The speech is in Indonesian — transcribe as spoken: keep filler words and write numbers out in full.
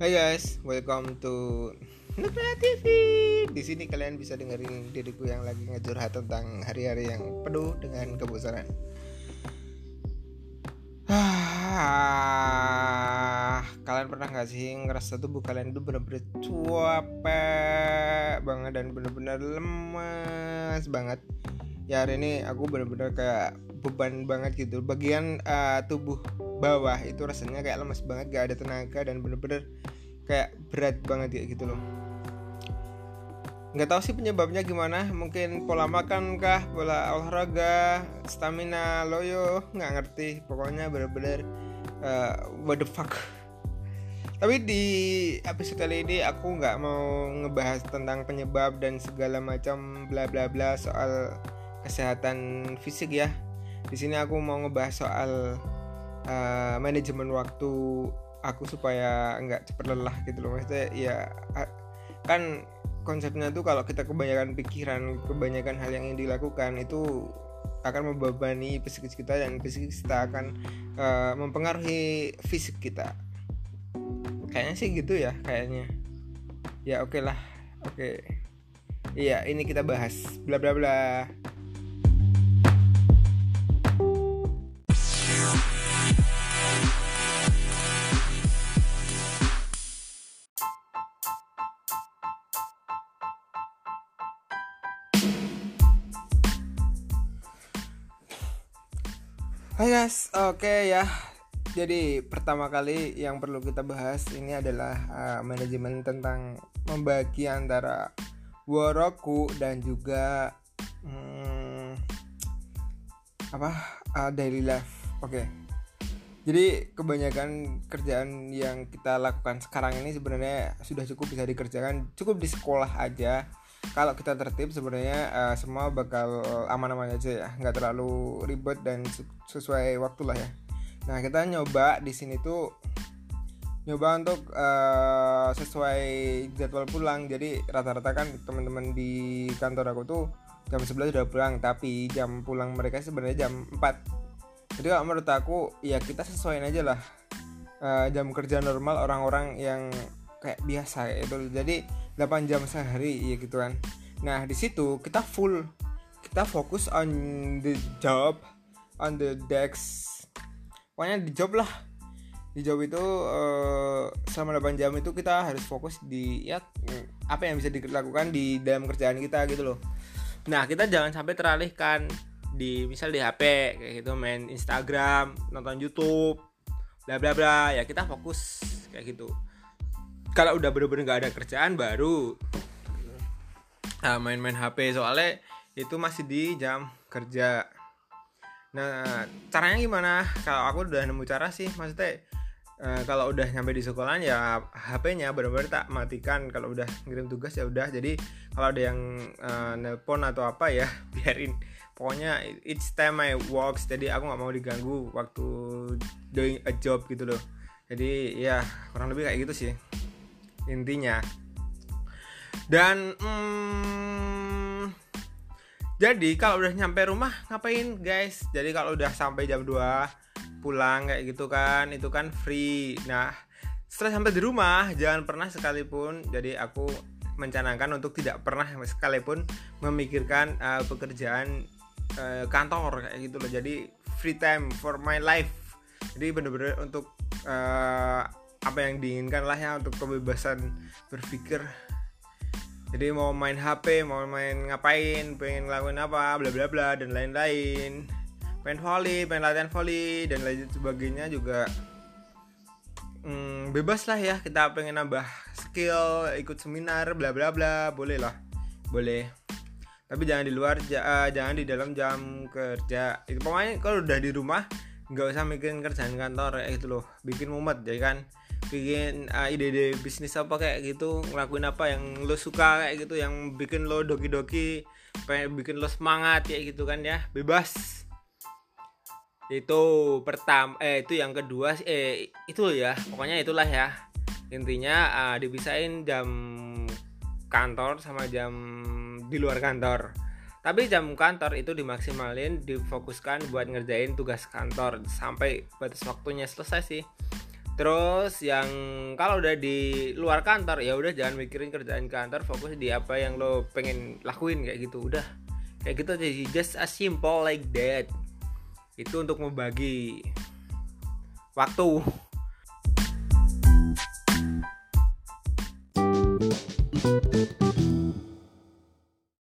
Hai guys, welcome to Nuklia T V. Di sini kalian bisa dengerin diriku yang lagi ngecurhat tentang hari-hari yang penuh dengan kebosanan. Ah, kalian pernah nggak sih ngerasa tubuh kalian itu bener-bener capek banget dan bener-bener lemas banget? Ya hari ini aku bener-bener kayak beban banget gitu. Bagian uh, tubuh bawah itu rasanya kayak lemas banget, gak ada tenaga dan bener-bener kayak berat banget ya gitu loh. Nggak tahu sih penyebabnya gimana, mungkin pola makan kah, pola olahraga, stamina, loyo, nggak ngerti. Pokoknya bener-bener uh, what the fuck. Tapi di episode kali ini aku nggak mau ngebahas tentang penyebab dan segala macam bla bla bla soal kesehatan fisik ya. Di sini aku mau ngebahas soal uh, manajemen waktu aku supaya nggak cepet lelah gitu loh. Maksudnya ya kan konsepnya tuh kalau kita kebanyakan pikiran, kebanyakan hal yang ingin dilakukan itu akan membebani psikis kita dan psikis kita akan uh, mempengaruhi fisik kita. Kayaknya sih gitu ya, kayaknya. Ya oke okay lah, oke. Okay. Iya, ini kita bahas bla bla bla. Hai guys, oke okay, ya. Jadi pertama kali yang perlu kita bahas ini adalah uh, manajemen tentang membagi antara woroku dan juga hmm, apa uh, daily life. Oke. Okay. Jadi kebanyakan kerjaan yang kita lakukan sekarang ini sebenarnya sudah cukup bisa dikerjakan cukup di sekolah aja. Kalau kita tertib sebenarnya uh, semua bakal aman-aman aja ya, nggak terlalu ribet dan sesuai waktu lah ya. Nah kita nyoba di sini tuh nyoba untuk uh, sesuai jadwal pulang. Jadi rata-rata kan teman-teman di kantor aku tuh jam sebelas udah pulang, tapi jam pulang mereka sebenarnya jam empat. Jadi kalau menurut aku ya kita sesuaiin aja lah uh, jam kerja normal orang-orang yang kayak biasa kayak itu. Jadi delapan jam sehari ya gitu kan. Nah di situ kita full, kita fokus on the job, on the desk, pokoknya di job lah. Di job itu uh, selama delapan jam itu kita harus fokus di ya apa yang bisa dilakukan di dalam kerjaan kita gitu loh. Nah kita jangan sampai teralihkan di misal di H P kayak gitu, main Instagram, nonton YouTube, bla bla bla. Ya kita fokus kayak gitu. Kalau udah bener-bener gak ada kerjaan baru nah, main-main H P, soalnya itu masih di jam kerja. Nah caranya gimana? Kalau aku udah nemu cara sih, maksudnya uh, kalau udah nyampe di sekolahan ya H P-nya bener-bener tak matikan. Kalau udah ngirim tugas ya udah. Jadi kalau ada yang uh, nelpon atau apa ya biarin. Pokoknya it's time I works. Jadi aku gak mau diganggu waktu doing a job gitu loh. Jadi ya kurang lebih kayak gitu sih intinya. Dan hmm, jadi kalau udah nyampe rumah ngapain guys? Jadi kalau udah sampai jam dua pulang kayak gitu kan, itu kan free. Nah setelah sampai di rumah jangan pernah sekalipun, jadi aku mencanangkan untuk tidak pernah sekalipun memikirkan uh, pekerjaan uh, kantor kayak gitu loh. Jadi free time for my life. Jadi bener-bener untuk uh, apa yang diinginkan lah ya, untuk kebebasan berpikir. Jadi mau main H P, mau main ngapain, pengen ngelakuin apa, bla bla bla dan lain-lain. Pengen volley, pengen latihan volley dan lain sebagainya juga hmm, bebas lah ya. Kita pengen nambah skill, ikut seminar, bla bla bla, boleh lah, boleh. Tapi jangan di luar, j- uh, jangan di dalam jam kerja. Itu pokoknya kalau udah di rumah nggak usah mikirin kerjaan kantor kayak gitu loh, bikin mumet ya kan. Bikin uh, ide-ide bisnis apa kayak gitu, ngelakuin apa yang lo suka kayak gitu, yang bikin lo doki-doki, pengen bikin lo semangat kayak gitu kan ya, bebas. Itu pertama, eh itu yang kedua, eh itu ya, pokoknya itulah ya. Intinya uh, dipisahin jam kantor sama jam di luar kantor. Tapi jam kantor itu dimaksimalin, difokuskan buat ngerjain tugas kantor sampai batas waktunya selesai sih. Terus yang kalau udah di luar kantor ya udah jangan mikirin kerjaan kantor, fokus di apa yang lo pengen lakuin kayak gitu. Udah kayak gitu aja, just as simple like that. Itu untuk membagi waktu.